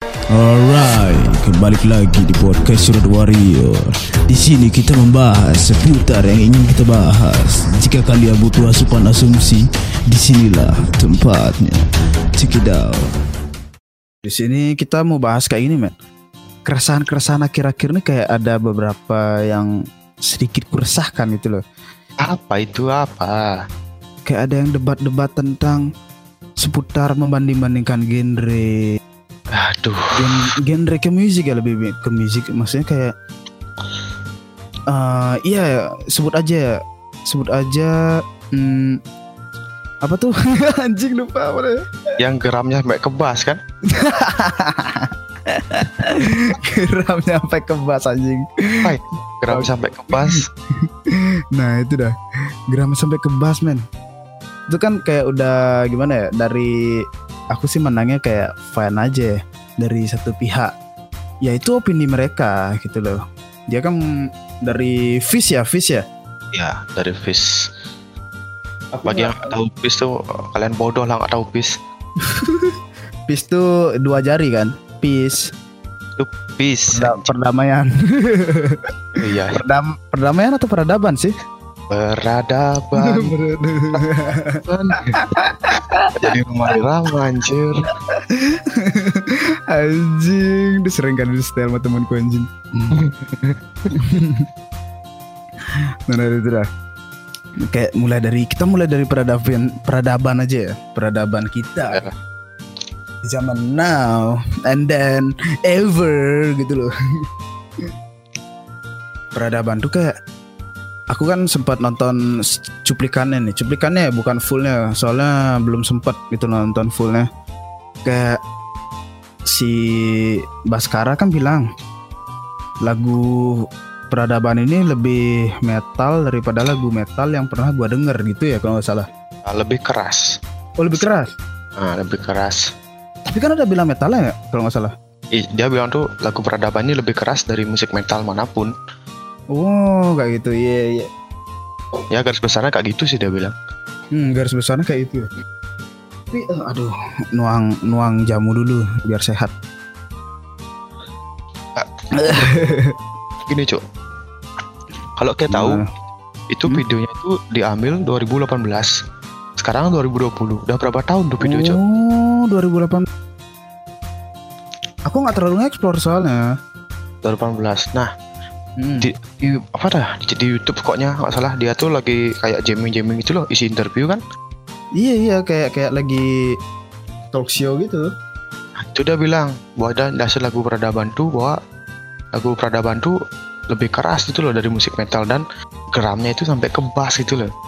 Alright, kembali lagi di podcast Road Warrior. Di sini kita membahas seputar yang ingin kita bahas. Jika kalian butuh asupan asumsi, disinilah tempatnya. Check it out. Di sini kita mau bahas kayak gini, men. Keresahan-keresahan akhir-akhir ini kayak ada beberapa yang sedikit kuresahkan gitu loh. Apa itu apa? Kayak ada yang debat-debat tentang seputar membanding-bandingkan genre. Aduh. Genre ke musik ya, lebih ke musik. Maksudnya kayak iya sebut aja apa tuh? Anjing lupa apa deh. Yang geramnya sampai kebas kan? Geramnya sampai kebas anjing. Hai, geram sampai kebas. Nah itu dah, geram sampai kebas men. Itu kan kayak udah gimana ya, dari aku sih menangnya kayak fan aja dari satu pihak. Ya itu opini mereka gitu loh. Dia kan dari Fish ya. Ya, dari Fish. Bagi yang nggak tahu Fish tuh, kalian bodoh lah nggak tahu Fish. Fish tuh 2 jari kan? Peace. Itu Fish. Perdamaian. Iya. Perdamaian atau peradaban sih? Peradaban. Jadi rumah irama anjir. Anjing, dia sering kan di setel sama temanku anjing. Nah itu dah. Kayak kita mulai dari peradaban aja ya. Peradaban kita. Zaman now and then ever gitu loh. Peradaban tuh kayak aku kan sempat nonton cuplikannya bukan fullnya, soalnya belum sempat gitu nonton fullnya. Kayak si Baskara kan bilang lagu peradaban ini lebih metal daripada lagu metal yang pernah gua denger gitu ya kalau nggak salah. Lebih keras. Oh lebih keras? Lebih keras. Tapi kan ada bilang metalnya ya kalau nggak salah. Dia bilang tuh lagu peradaban ini lebih keras dari musik metal manapun. Oh kayak gitu, iya. Ya garis besarnya kayak gitu sih dia bilang. Garis besarnya kayak itu. Tapi aduh, nuang jamu dulu biar sehat. Gini Cuk, kalau kita tahu itu videonya itu diambil 2018. Sekarang 2020, udah berapa tahun tuh video Cuk? Oh 2018. Aku nggak terlalu nge-explore soalnya. 2018. Nah, di YouTube pokoknya nggak salah dia tuh lagi kayak jamming gitu loh, isi interview kan? Iya kayak lagi talk show gitu. Itu dia bilang bahwa dasar lagu peradaban tuh lebih keras gitu loh dari musik metal dan geramnya itu sampai ke bass gitu loh.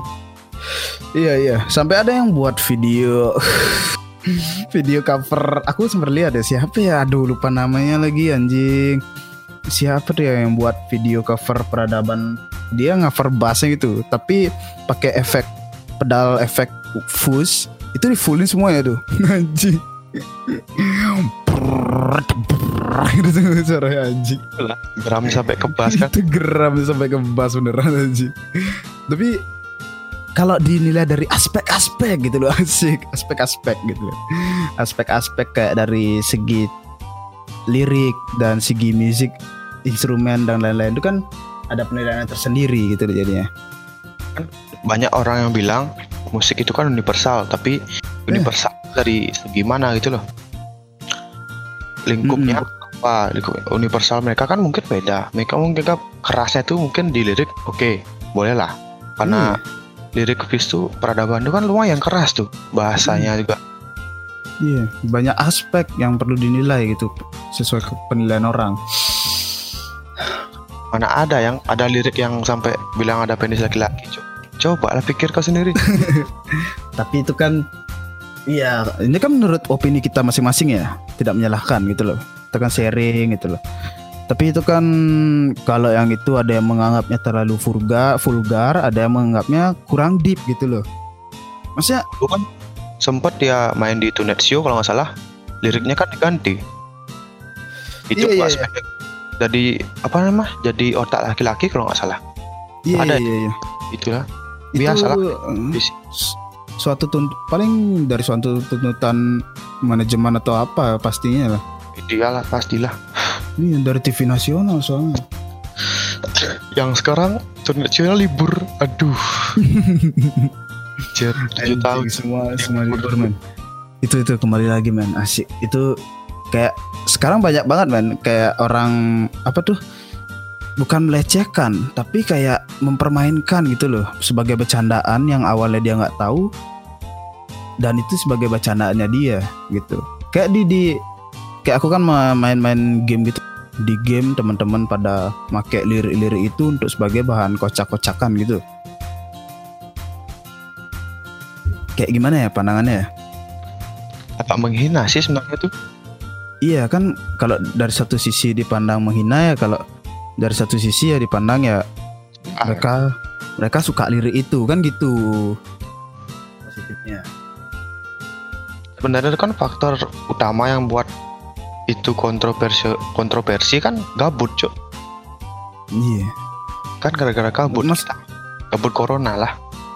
Iya sampai ada yang buat video video cover. Aku sempat lihat ya, siapa ya, aduh lupa namanya lagi anjing. Siapa dia yang buat video cover peradaban? Dia cover bassnya gitu, tapi pakai pedal efek fuzz. Itu di fullin semuanya tuh. Anjing. Gitu suaranya anjing. Geram sampai ke bass kan? Itu geram sampai ke bass beneran anjing. Tapi kalau dinilai dari aspek-aspek gitu loh, aspek-aspek gitu loh. Aspek-aspek kayak dari segi lirik dan segi musik, instrumen dan lain-lain itu kan ada penilaian tersendiri gitu jadinya. Kan banyak orang yang bilang musik itu kan universal, tapi universal dari segi mana gitu loh. Lingkupnya apa? Universal mereka kan mungkin beda. Mereka mungkin kerasnya tuh mungkin di lirik oke, boleh lah. Karena lirik Fish tuh peradaban itu kan lumayan keras tuh bahasanya juga. Iya, banyak aspek yang perlu dinilai gitu sesuai penilaian orang. Mana ada lirik yang sampai bilang ada penis laki-laki. Coba lah pikir kau sendiri. Tapi itu kan, iya, ini kan menurut opini kita masing-masing ya, tidak menyalahkan gitu loh. Kita kan sharing gitu loh. Tapi itu kan kalau yang itu ada yang menganggapnya terlalu vulgar, ada yang menganggapnya kurang deep gitu loh. Maksudnya bukan sempat dia main di Tonight Show kalau nggak salah, liriknya kan diganti. Itu aspek jadi jadi otak laki-laki kalau nggak salah. Ada itulah biasa lah. Paling dari suatu tuntutan manajemen atau apa pastinya lah. Ideal lah pastilah. Ini dari TV nasional soalnya. Yang sekarang nasional libur, aduh. 7 tahun semua libur men. Itu kembali lagi men, asik. Itu kayak sekarang banyak banget men, kayak orang apa tuh, bukan melecehkan tapi kayak mempermainkan gitu loh, sebagai bercandaan yang awalnya dia nggak tahu, dan itu sebagai bercandaannya dia gitu. Kayak di kayak aku kan main game gitu, di game teman-teman pada make lirik-lirik itu untuk sebagai bahan kocak-kocakan gitu. Kayak gimana ya pandangannya ya? Agak menghina sih sebenarnya tuh. Iya kan, kalau dari satu sisi dipandang menghina ya, kalau dari satu sisi ya dipandang ya mereka suka lirik itu kan gitu positifnya. Sebenarnya kan faktor utama yang buat itu kontroversi kan gabut, Cuk. Iya. Kan gara-gara gabut. Gabut corona lah.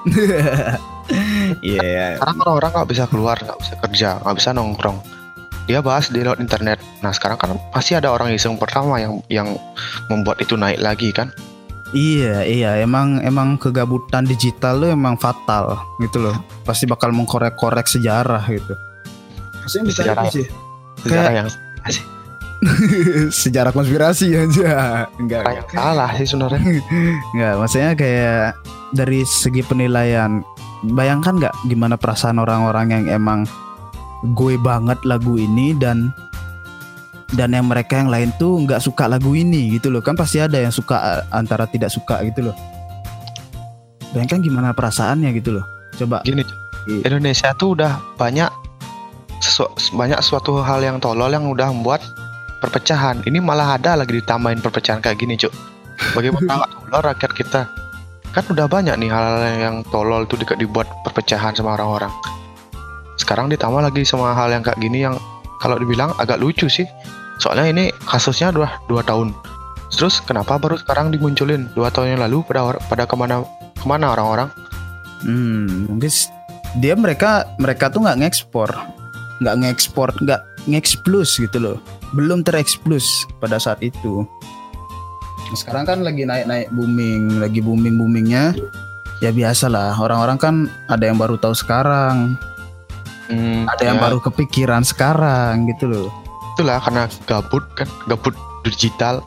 Iya. Sekarang orang-orang nggak bisa keluar, nggak bisa kerja, nggak bisa nongkrong. Dia bahas di lewat internet. Nah sekarang kan pasti ada orang iseng pertama yang membuat itu naik lagi kan. Iya, emang kegabutan digital lo emang fatal gitu loh. Pasti bakal mengkorek-korek sejarah gitu. Maksudnya sejarah sih. Sejarah yang sih. Sejarah konspirasi aja. Enggak. Yang salah sih sebenarnya. Enggak, maksudnya kayak dari segi penilaian. Bayangkan nggak gimana perasaan orang-orang yang emang gue banget lagu ini dan yang mereka yang lain tuh nggak suka lagu ini gitu loh. Kan pasti ada yang suka antara tidak suka gitu loh. Bayangkan gimana perasaannya gitu loh. Coba gini, Indonesia tuh udah banyak suatu hal yang tolol yang udah membuat perpecahan. Ini malah ada lagi ditambahin perpecahan kayak gini, Cuk. Bagaimana nggak tolol rakyat kita? Kan udah banyak nih hal yang tolol tuh dibuat perpecahan sama orang-orang. Sekarang ditambah lagi sama hal yang kayak gini yang kalau dibilang agak lucu sih. Soalnya ini kasusnya udah 2 tahun. Terus kenapa baru sekarang dimunculin? 2 tahun yang lalu pada kemana orang-orang? Mungkin dia mereka tuh nggak ngekspor, nggak ngeksplus gitu loh. Belum tereksplus pada saat itu. Sekarang kan lagi naik boomingnya. Ya biasalah, orang-orang kan ada yang baru tahu sekarang, ada yang baru kepikiran sekarang gitu loh. Itulah karena gabut digital.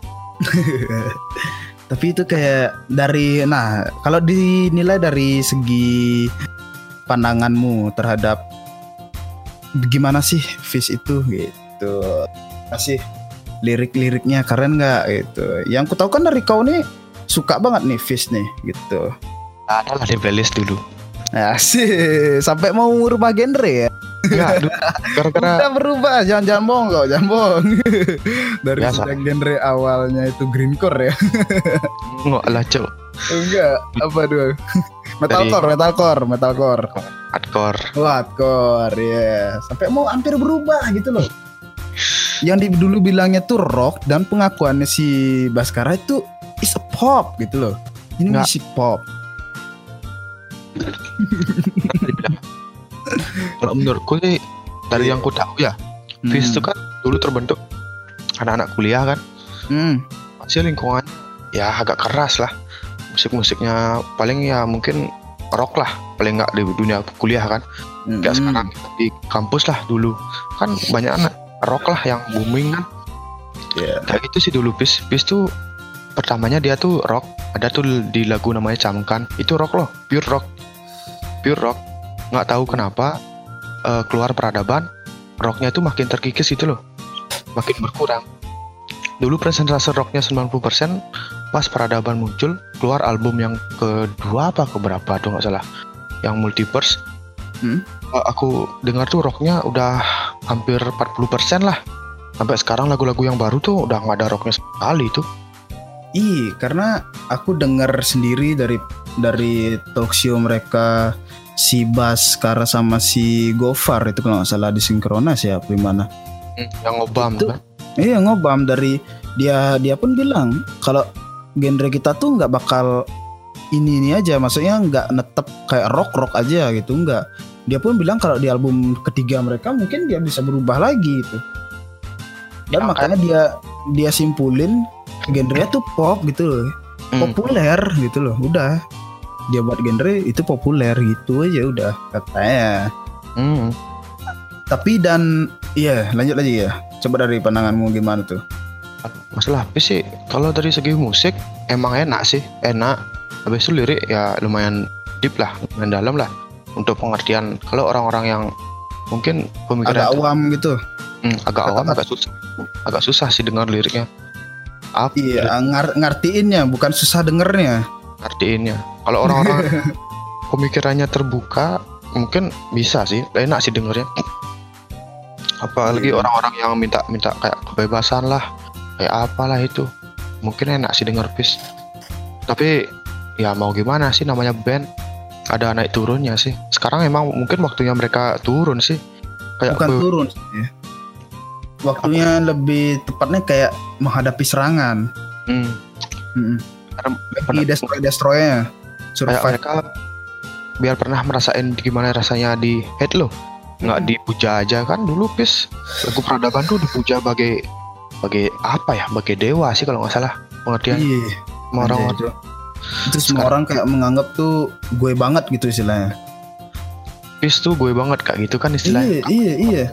Tapi itu kayak kalau dinilai dari segi pandanganmu terhadap gimana sih Fish itu gitu, masih lirik-liriknya keren nggak gitu? Yang ku tahu kan dari kau nih suka banget nih Fish nih gitu. Ada lah di playlist dulu. Asik, sampai mau merubah genre ya? Enggak, gara-gara udah berubah, jangan bohong. Dari genre awalnya itu greencore ya. Enggak lah, Cuk. Enggak, apa dulu? Metalcore. Hardcore, ya. Sampai mau hampir berubah gitu loh. Yang dulu bilangnya tuh rock dan pengakuannya si Baskara itu is a pop gitu loh. Ini musik pop. Kalau menurutku sih dari yang ku tahu ya, Fish itu kan dulu terbentuk anak-anak kuliah kan. Masih lingkungan ya agak keras lah. Musik-musiknya paling ya mungkin rock lah, paling nggak di dunia kuliah kan. Nggak sekarang di kampus lah dulu kan banyak anak rock lah yang booming kan. Kayak gitu sih dulu Fish tuh pertamanya dia tuh rock. Ada tuh di lagu namanya Camkan, itu rock loh, pure rock. Nggak tahu kenapa keluar peradaban rocknya itu makin terkikis itu loh, makin berkurang. Dulu presentase rocknya 90%, pas peradaban muncul keluar album yang kedua apa keberapa tuh nggak salah, yang Multiverse. Aku dengar tuh rocknya udah hampir 40% lah. Sampai sekarang lagu-lagu yang baru tuh udah nggak ada rocknya sekali tuh. Karena aku dengar sendiri dari talk show mereka, si Baskara sama si Gofar itu kalau nggak salah di Sinkronas ya, gimana? Yang ngobam itu, kan? Iya ngobam, dari dia pun bilang kalau genre kita tuh nggak bakal ini aja, maksudnya nggak netep kayak rock aja gitu, nggak. Dia pun bilang kalau di album ketiga mereka mungkin dia bisa berubah lagi gitu. Dan makanya dia simpulin genrenya tuh pop gitu loh. Populer gitu loh. Udah. Dia buat genre itu populer gitu aja udah katanya. Tapi lanjut lagi ya. Coba dari pandanganmu gimana tuh? Masalah apa sih? Kalau dari segi musik emang enak sih, enak. Habis itu lirik ya lumayan deep lah, lumayan dalam lah untuk pengertian. Kalau orang-orang yang mungkin pemikiran agak awam gitu. Agak awam, agak susah sih dengar liriknya. Ngertiinnya bukan susah dengernya. Ngertiinnya. Kalau orang-orang pemikirannya terbuka, mungkin bisa sih, enak sih dengernya. Apalagi orang-orang yang minta kayak kebebasan lah, kayak apalah itu, mungkin enak sih denger Peace. Tapi ya mau gimana sih, namanya band, ada naik turunnya sih. Sekarang emang mungkin waktunya mereka turun sih. Kayak bukan turun sih. Waktunya lebih tepatnya kayak menghadapi serangan. Lagi destroy-nya. Kayak mereka biar pernah merasain gimana rasanya di hate loh. Nggak dipuja aja kan dulu Peace. Lagu Peradaban tuh dipuja bagai apa ya? Bagai dewa sih kalau nggak salah pengertian. Sama orang-orang. Itu semua orang kayak menganggap tuh gue banget gitu istilahnya. Peace tuh gue banget kayak gitu kan istilahnya. Iya.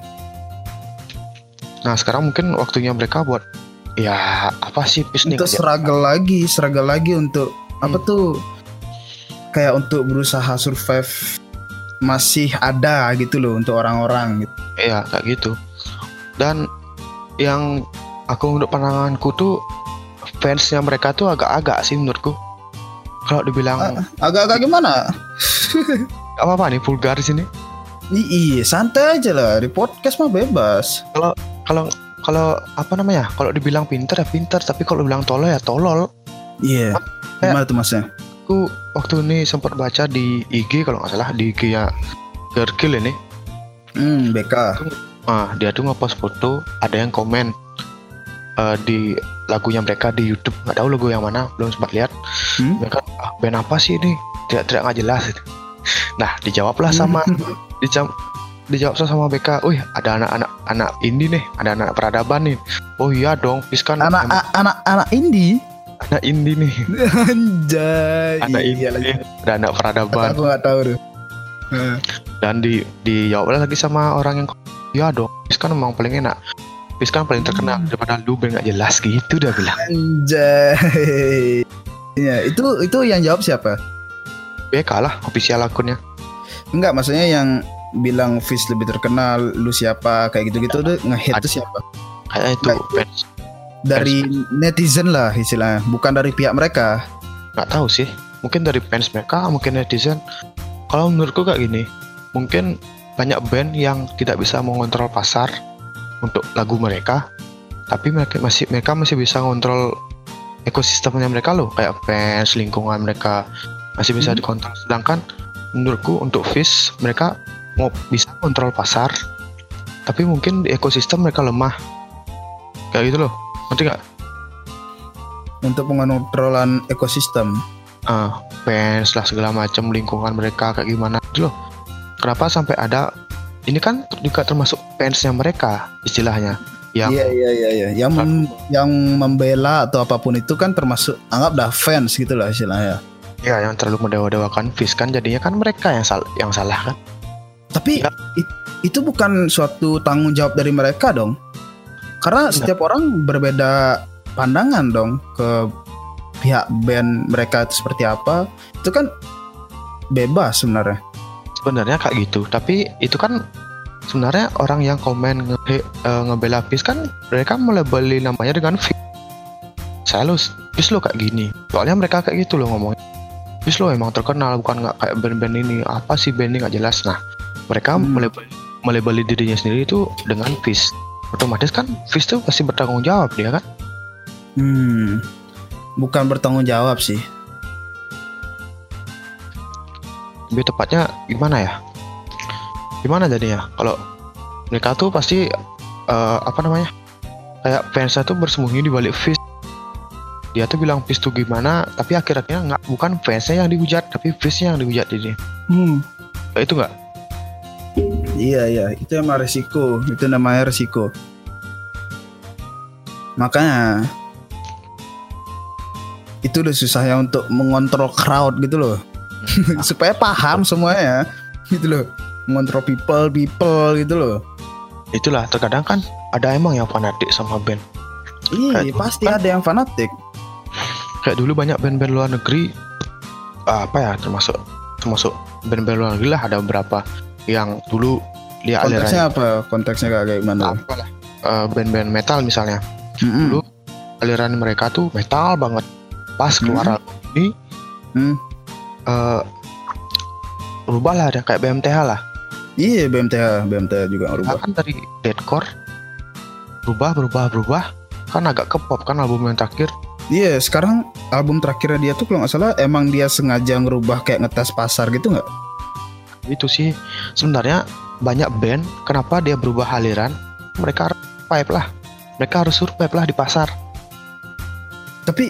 Nah sekarang mungkin waktunya mereka buat ya apa sih Peace nih? Untuk struggle lagi untuk apa tuh? Kayak untuk berusaha survive masih ada gitu loh untuk orang-orang gitu. Iya kayak gitu. Dan yang untuk pandanganku tuh fansnya mereka tuh agak-agak sih menurutku. Kalau dibilang agak-agak gimana? Apa nih vulgar di sini? Iya santai aja lah, di podcast mah bebas. Kalau apa namanya? Kalau dibilang pintar ya pintar, tapi kalau dibilang tolol ya tolol. Iya. Gimana tuh masnya? Aku waktu ini sempat baca di IG kalau nggak salah, di IG ya Gergil ini. BK. Dia tuh ngepost foto, ada yang komen di lagunya mereka di YouTube, nggak tahu lagu yang mana, belum sempat lihat. Mereka band apa sih ini? Tidak nggak jelas. Nah dijawablah sama dijawab sama BK, ada anak indie nih, ada anak peradaban nih. Oh iya dong, Peace kan anak indie. Anak indie nih. Anjay. Anak indie nih, ada anak peradaban. Aku nggak tahu tuh. Dan dijawab lagi sama orang yang, ya dong, Peace kan emang paling enak. Peace kan paling terkenal daripada lu band nggak jelas gitu dia bilang. Anjay. Ya itu yang jawab siapa? BK lah, official akunnya. Enggak, maksudnya yang bilang Fish lebih terkenal, lu siapa kayak gitu-gitu tuh nge-hate tuh siapa? Kayak itu fans dari netizen lah istilahnya, bukan dari pihak mereka. Nggak tahu sih, mungkin dari fans mereka, mungkin netizen. Kalau menurutku kayak gini, mungkin banyak band yang tidak bisa mengontrol pasar untuk lagu mereka, tapi mereka masih bisa ngontrol ekosistemnya mereka loh, kayak fans, lingkungan mereka masih bisa dikontrol. Sedangkan menurutku untuk Fish mereka mau bisa kontrol pasar, tapi mungkin di ekosistem mereka lemah kayak gitu loh, ngerti nggak? Untuk pengontrolan ekosistem, fans lah segala macam, lingkungan mereka kayak gimana gitu loh. Kenapa sampai ada ini kan juga termasuk fansnya mereka istilahnya yang iya yang membela atau apapun itu kan termasuk anggap dah fans gitu lah istilahnya. Ya yang terlalu mendewa-dewakan Fish kan jadinya kan mereka yang salah kan. Tapi itu bukan suatu tanggung jawab dari mereka dong. Karena setiap orang berbeda pandangan dong ke pihak band mereka itu seperti apa. Itu kan bebas sebenarnya. Sebenarnya kayak gitu. Tapi itu kan sebenarnya orang yang komen ngebela Fish kan mereka melabeli namanya dengan Fish. Fish lo kayak gini. Soalnya mereka kayak gitu loh ngomongnya. Fish lo emang terkenal, bukan nggak kayak band-band ini. Apa sih band ini nggak jelas. Nah mereka melabeli dirinya sendiri itu dengan Fish. Otomatis kan Fish tuh pasti bertanggung jawab dia kan? Bukan bertanggung jawab sih. Lebih tepatnya gimana ya? Gimana jadinya? Kalau mereka tuh pasti kayak fansnya tuh bersembunyi di balik Fish. Dia tuh bilang Fish tuh gimana, tapi akhirnya bukan fansnya yang dihujat, tapi Fishnya yang dihujat ini. Kayak itu nggak? Iya, itu emang resiko. Itu namanya resiko. Makanya itu udah susahnya untuk mengontrol crowd gitu loh. Supaya paham semuanya gitu loh. Mengontrol people gitu loh. Itulah terkadang kan ada emang yang fanatik sama band. Iya, pasti kan, ada yang fanatik. Kayak dulu banyak band-band luar negeri termasuk band-band luar negeri lah, ada beberapa yang dulu dia konteksnya alirannya, konteksnya kayak gimana? Apalah, band-band metal misalnya. Dulu aliran mereka tuh metal banget. Pas keluar album ini berubah lah, ada kayak BMTH lah. Iya, BMTH juga berubah. Kan dari deathcore berubah kan agak ke pop kan album yang terakhir. Iya, sekarang album terakhirnya dia tuh kalau nggak salah emang dia sengaja ngerubah kayak ngetes pasar gitu nggak? Itu sih sebenarnya banyak band kenapa dia berubah aliran, mereka harus survive lah. Mereka harus survive lah di pasar. Tapi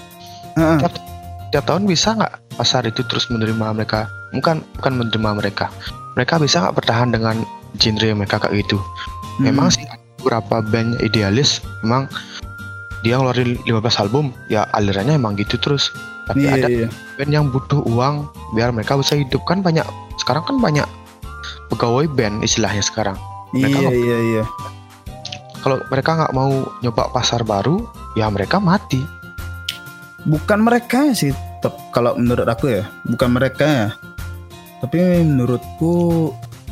tiap tahun bisa nggak pasar itu terus menerima mereka? Bukan menerima mereka. Mereka bisa nggak bertahan dengan genre mereka kayak gitu? Memang sih beberapa band idealis, memang dia ngeluarin 15 album, ya alirannya emang gitu terus. Tapi ada band yang butuh uang biar mereka bisa hidup, kan banyak. Sekarang kan banyak pegawai band istilahnya sekarang. Iya. Kalau mereka nggak mau nyoba pasar baru, ya mereka mati. Bukan mereka sih, kalau menurut aku ya, bukan mereka ya. Tapi menurutku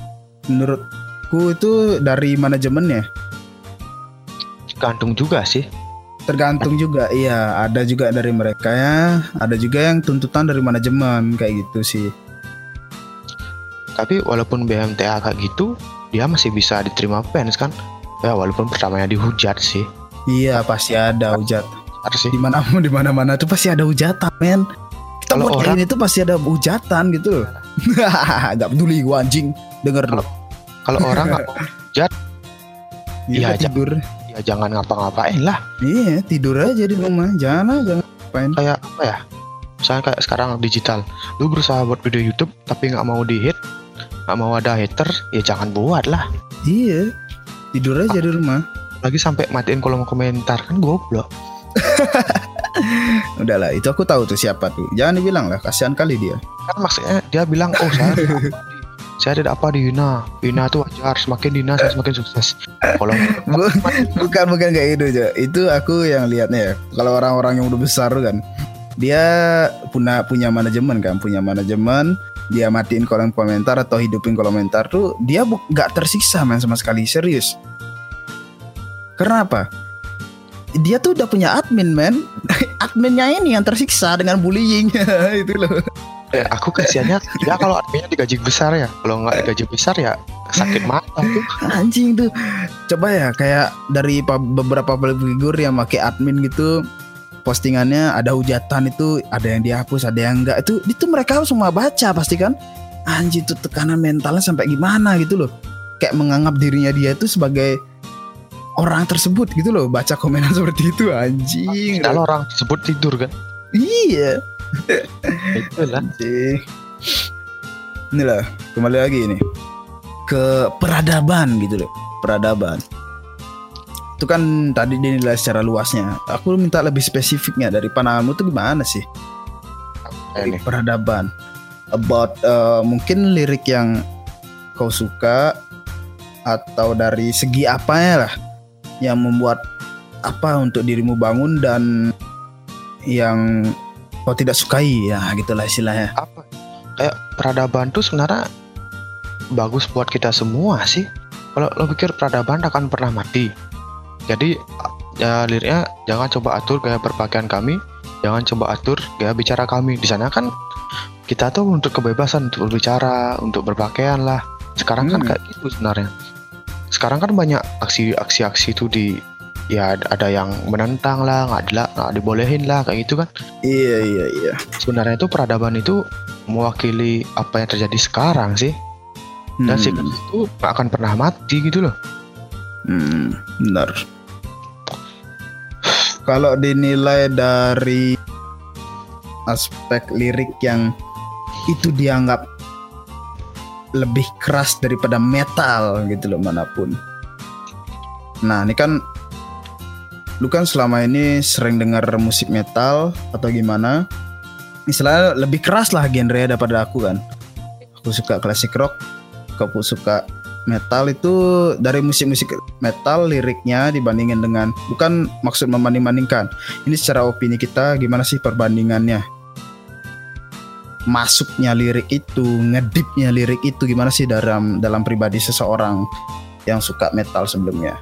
itu dari manajemennya. Tergantung juga sih. Tergantung juga, iya. Ada juga dari mereka ya, ada juga yang tuntutan dari manajemen kayak gitu sih. Tapi walaupun BMTA kayak gitu, dia masih bisa diterima fans kan? Ya walaupun pertamanya dihujat sih. Iya, pasti ada hujat. Harus sih. Di mana-mana tuh pasti ada hujatan, men. Kita buat orang ini tuh pasti ada hujatan gitu loh. Gak peduli gua anjing, denger dulu. Kalau orang nggak hujat, iya tidur. Ya jangan ngapa-ngapain lah. Iya, tidur aja di rumah. Jangan ngapain. Kayak apa ya? Misalnya kayak sekarang digital, lu berusaha buat video YouTube tapi nggak mau di-hit, nggak mau ada hater, ya jangan buat lah. Iya, tidur aja di rumah. Lagi sampai matiin kolom komentar, kan goblok. Udahlah, itu aku tahu tuh siapa tuh. Jangan dibilang lah, kasihan kali dia. Kan maksudnya dia bilang, oh saya tidak apa di Hina tuh wajar, semakin dina saya semakin sukses. Kalau bukan kayak gitu aja. Itu aku yang lihatnya ya. Kalau orang-orang yang udah besar kan, dia punya manajemen kan, dia matiin kolom komentar atau hidupin komentar tuh, dia nggak tersiksa men sama sekali, serius. Karena apa? Dia tuh udah punya admin men. Adminnya ini yang tersiksa dengan bullying. Itu loh. Aku kasihannya ya kalau adminnya digaji besar ya. Kalau nggak digaji besar ya sakit mata tuh. Anjing tuh. Coba ya kayak dari beberapa figur yang pakai admin gitu, postingannya ada hujatan itu, ada yang dihapus, ada yang enggak. Itu mereka semua baca pasti kan. Anjing tuh tekanan mentalnya sampai gimana gitu loh. Kayak menganggap dirinya dia itu sebagai orang tersebut gitu loh, baca komenan seperti itu anjing. Kalau orang tersebut tidur kan? Iya. Itulah. Inilah kembali lagi ini ke peradaban gitu loh, peradaban. Itu kan tadi dinilai secara luasnya. Aku minta lebih spesifiknya dari pandanganmu tuh gimana sih? Dari peradaban. About mungkin lirik yang kau suka atau dari segi apanya lah yang membuat apa untuk dirimu bangun dan yang kau tidak sukai ya gitulah istilahnya. Apa? Kayak peradaban tuh sebenarnya bagus buat kita semua sih. Kalau lo pikir peradaban akan pernah mati, jadi ya liriknya jangan coba atur gaya berpakaian kami, jangan coba atur gaya bicara kami. Di sana kan kita tuh untuk kebebasan untuk berbicara, untuk berpakaian lah. Sekarang kan kayak gitu sebenarnya. Sekarang kan banyak aksi-aksi itu ya ada yang menentang lah, nggak dibolehin lah kayak gitu kan. Iya. Sebenarnya itu peradaban itu mewakili apa yang terjadi sekarang sih. Dan siklus itu nggak akan pernah mati gitu loh. Benar. Kalau dinilai dari aspek lirik yang itu dianggap lebih keras daripada metal gitu loh manapun. Nah ini kan lu kan selama ini sering dengar musik metal atau gimana? Istilahnya lebih keras lah genre daripada aku kan. Aku suka classic rock, aku suka metal. Itu dari musik-musik metal liriknya dibandingin dengan, bukan maksud membanding-bandingkan. Ini secara opini kita gimana sih perbandingannya? Masuknya lirik itu, ngedipnya lirik itu gimana sih dalam pribadi seseorang yang suka metal sebelumnya?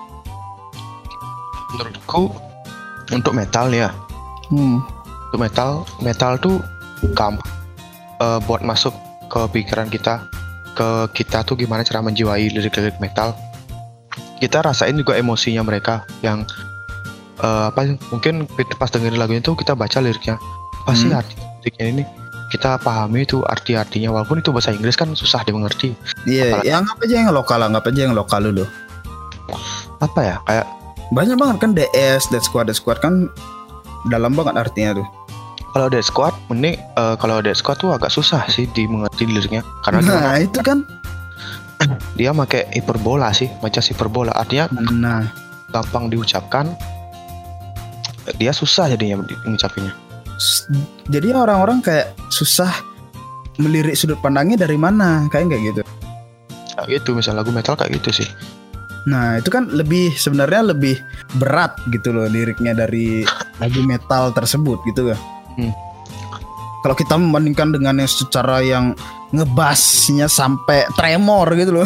Menurutku untuk metal ya, untuk metal tuh gampang buat masuk ke pikiran kita, ke kita tuh gimana cara menjiwai lirik-lirik metal. Kita rasain juga emosinya mereka yang mungkin pas dengerin lagunya tuh kita baca liriknya, apa sih arti liriknya ini, kita pahami itu arti-artinya, walaupun itu bahasa Inggris kan susah dimengerti. Iya, yang anggap aja yang lokal dulu. Apa ya, kayak banyak banget kan DS, Death Squad kan dalam banget artinya tuh. Kalau Death Squad mending kalau Death Squad tuh agak susah sih dimengerti liriknya karena itu kan dia pakai hiperbola sih, macam hiperbola, artinya gampang diucapkan, dia susah jadinya mengucapinnya. Jadi orang-orang kayak susah melirik sudut pandangnya dari mana, kayak gitu. Kayak gitu, misal lagu metal kayak gitu sih. Nah itu kan sebenarnya lebih berat gitu loh liriknya dari lagu metal tersebut gitu kan. Kalau kita membandingkan dengan yang secara yang ngebassnya sampai tremor gitu loh.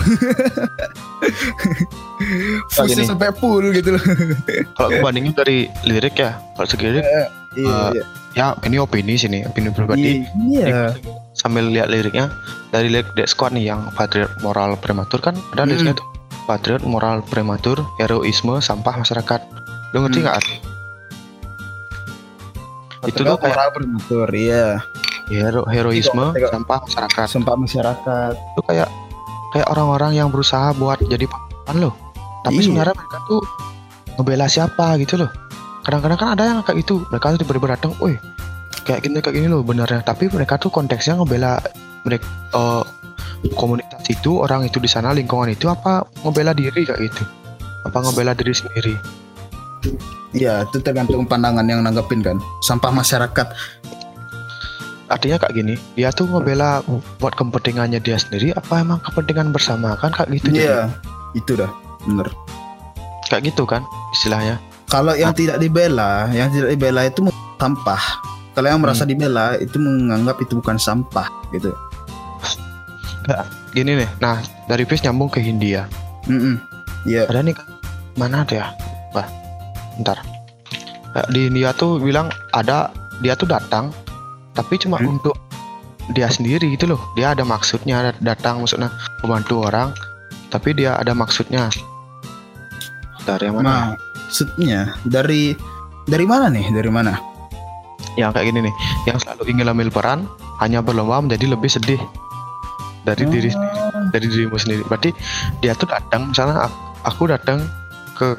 Fuse sampai full gitu loh. Kalau bandingin dari lirik ya, kalau segi lirik ya ini opini pribadi. Iya. Sambil lihat liriknya dari lirik Death Squad nih yang Patriot Moral Prematur kan ada liriknya tuh, Patriot Moral Prematur, heroisme, sampah masyarakat. Lo ngerti nggak arti? Itu tuh kayak moral prematur, iya. Heroisme, sampah masyarakat. Itu kayak orang-orang yang berusaha buat jadi pahlawan loh. Tapi sebenarnya mereka tuh ngebela siapa gitu loh. Kadang-kadang kan ada yang kayak gitu, mereka tuh tiba-tiba datang, "Woi, kayak gini loh benernya." Tapi mereka tuh konteksnya ngebela mereka, komunitas itu, orang itu di sana, lingkungan itu, apa ngebela diri kayak gitu, apa ngebela diri sendiri. Iya, itu tergantung pandangan yang nanggepin kan. Sampah masyarakat. Artinya kayak gini, dia tuh ngebela buat kepentingannya dia sendiri, apa emang kepentingan bersama kan kayak gitu. Iya, itu dah, bener. Kayak gitu kan istilahnya. Kalau yang tidak dibela itu sampah. Kalau yang merasa dibela itu menganggap itu bukan sampah gitu. Nggak, gini nih. Nah, dari Fis nyambung ke Hindia. Iya. Ada nih mana tuh ya? Wah, bentar. Di India tuh bilang dia tuh datang, tapi cuma untuk dia sendiri gitu loh. Dia ada maksudnya datang, maksudnya membantu orang, tapi dia ada maksudnya. Dari yang mana? Maksudnya dari mana nih? Dari mana? Yang kayak gini nih, yang selalu ingin ambil peran hanya berlomba menjadi lebih sedih dari dari dirimu sendiri. Berarti dia tuh datang, misalnya aku datang ke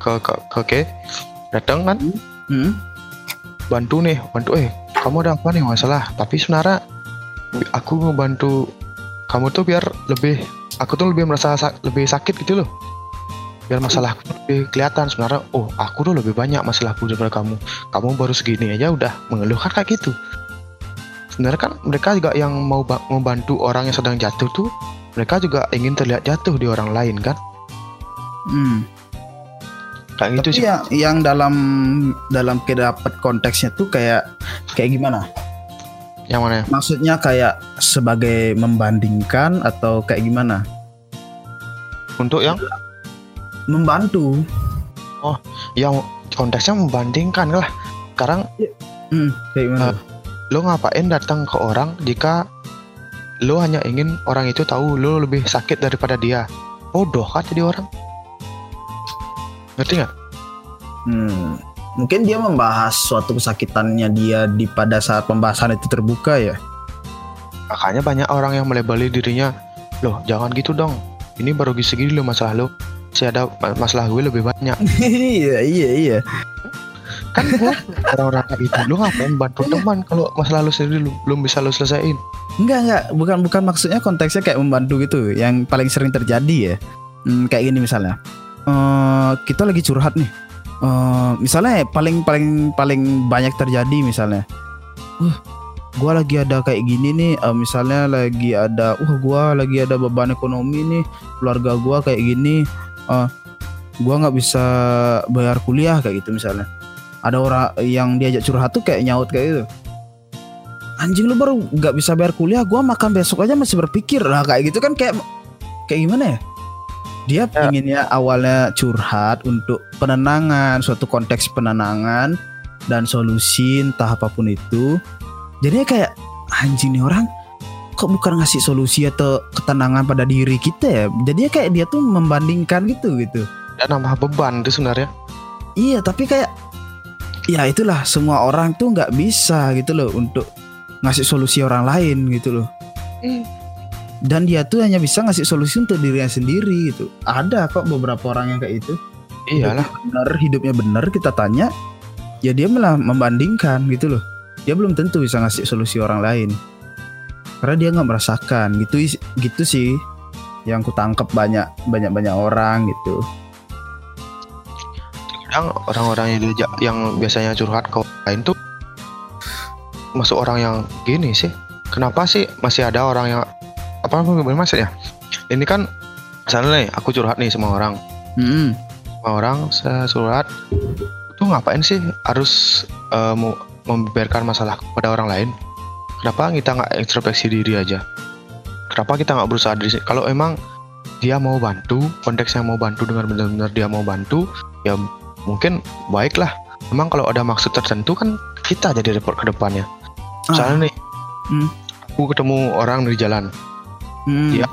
datang kan, bantu kamu ada apa nih masalah, tapi sebenarnya aku ngebantu kamu tuh biar aku tuh lebih merasa lebih sakit gitu loh, biar masalahku lebih kelihatan. Sebenarnya aku tuh lebih banyak masalahku daripada kamu baru segini aja udah mengeluhkan kayak gitu. Sebenarnya kan mereka juga yang mau membantu orang yang sedang jatuh tuh, mereka juga ingin terlihat jatuh di orang lain kan. Kayak gitu sih. Yang dalam kedapat konteksnya tuh kayak gimana? Yang mana? Maksudnya kayak sebagai membandingkan atau kayak gimana? Untuk yang membantu. Oh, yang konteksnya membandingkan lah. Sekarang kayak gimana? Lo ngapain datang ke orang jika lo hanya ingin orang itu tahu lo lebih sakit daripada dia? Bodoh kan jadi orang. Ngerti nggak? Mungkin dia membahas suatu kesakitannya dia pada saat pembahasan itu terbuka ya. Makanya banyak orang yang melebeli dirinya, loh jangan gitu dong, ini baru segini lo masalah lo, saya ada masalah gue lebih banyak. Iya. Kan orang-orang kayak gitu, lo ngapain bantu teman kalau masalah lo sendiri belum bisa lo selesaiin? Enggak, bukan maksudnya konteksnya kayak membantu gitu. Yang paling sering terjadi ya, kayak gini misalnya, kita lagi curhat nih, misalnya paling banyak terjadi misalnya, gua lagi ada kayak gini nih, misalnya lagi ada, gua lagi ada beban ekonomi nih, keluarga gua kayak gini, gua nggak bisa bayar kuliah kayak gitu misalnya. Ada orang yang diajak curhat tuh kayak nyaut kayak gitu, anjing lu baru nggak bisa bayar kuliah, gua makan besok aja masih berpikir lah kayak gitu kan, kayak gimana ya? Dia pinginnya awalnya curhat untuk penenangan, suatu konteks penenangan dan solusi entah apapun itu. Jadinya kayak anjing nih orang kok bukan ngasih solusi atau ketenangan pada diri kita ya. Jadinya kayak dia tuh membandingkan gitu. Dan nambah beban itu sebenarnya. Iya, tapi kayak ya itulah, semua orang tuh nggak bisa gitu loh untuk ngasih solusi orang lain gitu loh. Dan dia tuh hanya bisa ngasih solusi untuk dirinya sendiri gitu. Ada kok beberapa orang yang kayak itu. Iyalah. Hidupnya benar kita tanya, ya dia malah membandingkan gitu loh. Dia belum tentu bisa ngasih solusi orang lain karena dia nggak merasakan gitu sih yang kutangkep banyak orang gitu. Kadang orang-orang yang biasanya curhat ke orang lain tuh masuk orang yang gini sih. Kenapa sih masih ada orang yang apa maksudnya? Ini kan misalnya nih aku curhat nih sama orang, sama orang saya curhat, tuh ngapain sih harus membeberkan masalah kepada orang lain? Kenapa kita nggak introspeksi diri aja? Kenapa kita nggak berusaha diri? Kalau emang dia mau bantu, konteksnya mau bantu dengan benar-benar dia mau bantu, ya mungkin baiklah. Emang kalau ada maksud tertentu kan kita jadi report ke depannya. Misalnya nih, aku ketemu orang di jalan, dia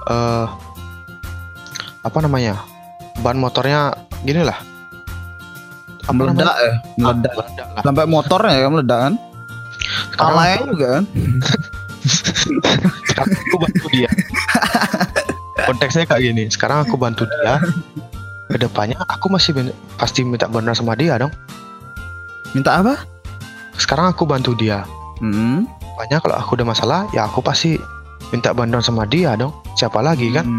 apa namanya, ban motornya gini lah, meledak lah. Sampai motornya kan meledak kan. Alay juga kan. Aku bantu dia. Konteksnya kayak gini. Sekarang aku bantu dia. Kedepannya aku pasti minta bantuan sama dia dong. Minta apa? Sekarang aku bantu dia. Banyak kalau aku ada masalah, ya aku pasti minta bantuan sama dia dong. Siapa lagi kan?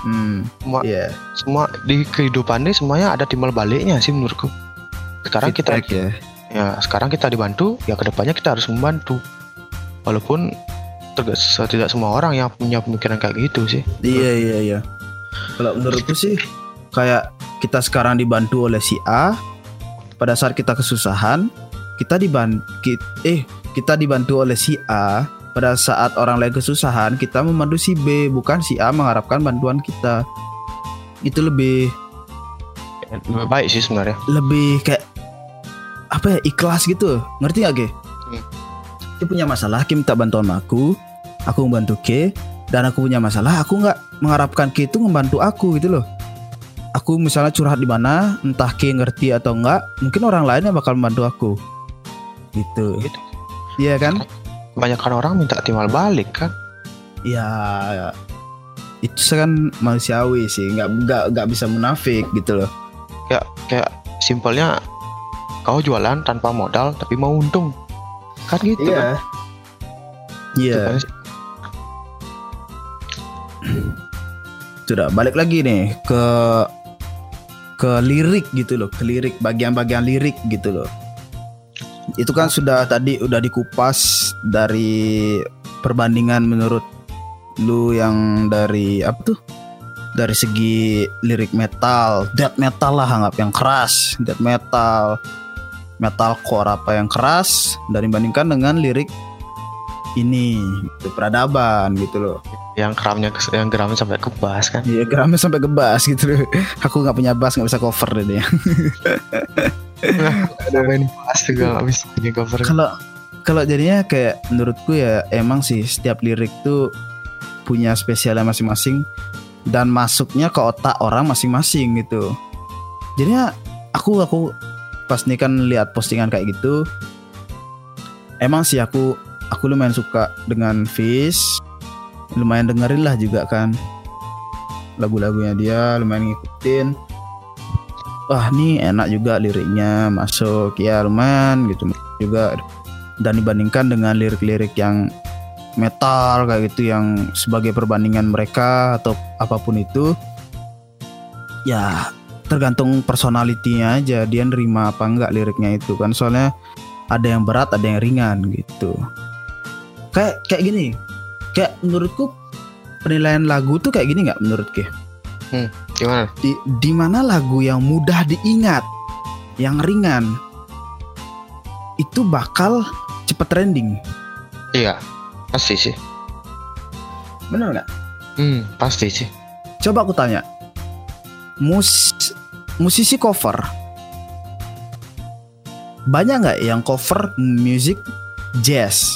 Semua di kehidupan ini semuanya ada timbal baliknya sih menurutku. Sekarang sekarang kita dibantu, ya kedepannya kita harus membantu. Walaupun tidak semua orang yang punya pemikiran kayak gitu sih. Iya. Kalau menurutku sih kayak kita sekarang dibantu oleh si A, pada saat kita kesusahan kita dibantu oleh si A. Pada saat orang lain kesusahan kita membantu si B, bukan si A mengharapkan bantuan kita. Itu lebih baik sih sebenarnya. Lebih kayak apa ya, ikhlas gitu, ngerti gak Ge? Dia punya masalah, Ki minta bantuan aku membantu Ki. Dan aku punya masalah, aku nggak mengharapkan Ki itu membantu aku gitu loh. Aku misalnya curhat di mana, entah Ki ngerti atau enggak, mungkin orang lain yang bakal membantu aku. Gitu. Iya kan? Kebanyakan orang minta timbal balik kan? Ya itu kan manusiawi sih, nggak bisa munafik gitu loh. Kayak simpelnya kau jualan tanpa modal tapi mau untung kan gitu. Iya. Sudah balik lagi nih ke lirik gitu loh, ke lirik, bagian-bagian lirik gitu loh. Itu kan udah dikupas dari perbandingan menurut lu yang dari apa tuh? Dari segi lirik metal, death metal lah, anggap yang keras, death metal, metalcore apa yang keras, dan dibandingkan dengan lirik ini gitu, peradaban gitu loh. Yang geramnya sampai ke bass kan? Iya, geramnya sampai ke bass gitu loh. Aku nggak punya bass, nggak bisa cover deh dia. Ada main bass juga nggak bisa punya cover. Kalau jadinya kayak menurutku ya emang sih setiap lirik tuh punya spesialnya masing-masing dan masuknya ke otak orang masing-masing gitu. Jadinya aku pas nih kan lihat postingan kayak gitu, emang sih aku lumayan suka dengan Fish, lumayan dengerin lah juga kan lagu-lagunya dia, lumayan ngikutin. Wah ini enak juga liriknya, masuk ya lumayan gitu juga. Dan dibandingkan dengan lirik-lirik yang metal kayak gitu yang sebagai perbandingan mereka atau apapun itu, ya tergantung personalitinya aja, dia nerima apa enggak liriknya itu kan, soalnya ada yang berat ada yang ringan gitu. Kayak gini, kayak menurutku penilaian lagu tuh kayak gini nggak menurut Ki? Gimana? Di mana lagu yang mudah diingat, yang ringan, itu bakal cepet trending. Iya, pasti sih. Bener nggak? Pasti sih. Coba aku tanya, musisi cover banyak nggak yang cover musik jazz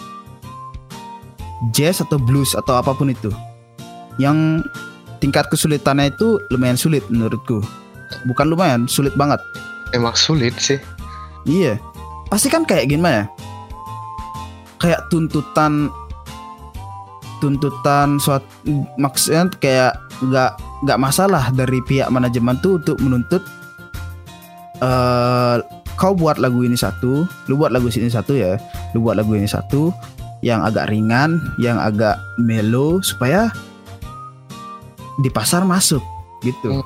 atau blues atau apapun itu, yang tingkat kesulitannya itu lumayan sulit menurutku. Bukan lumayan, sulit banget. Emang sulit sih. Iya, pasti kan kayak gimana ya? Kayak tuntutan suatu, maksudnya kayak nggak masalah dari pihak manajemen tuh untuk menuntut kau buat lagu ini satu, lu buat lagu ini satu ya, lu buat lagu ini satu yang agak ringan, yang agak mellow supaya di pasar masuk gitu.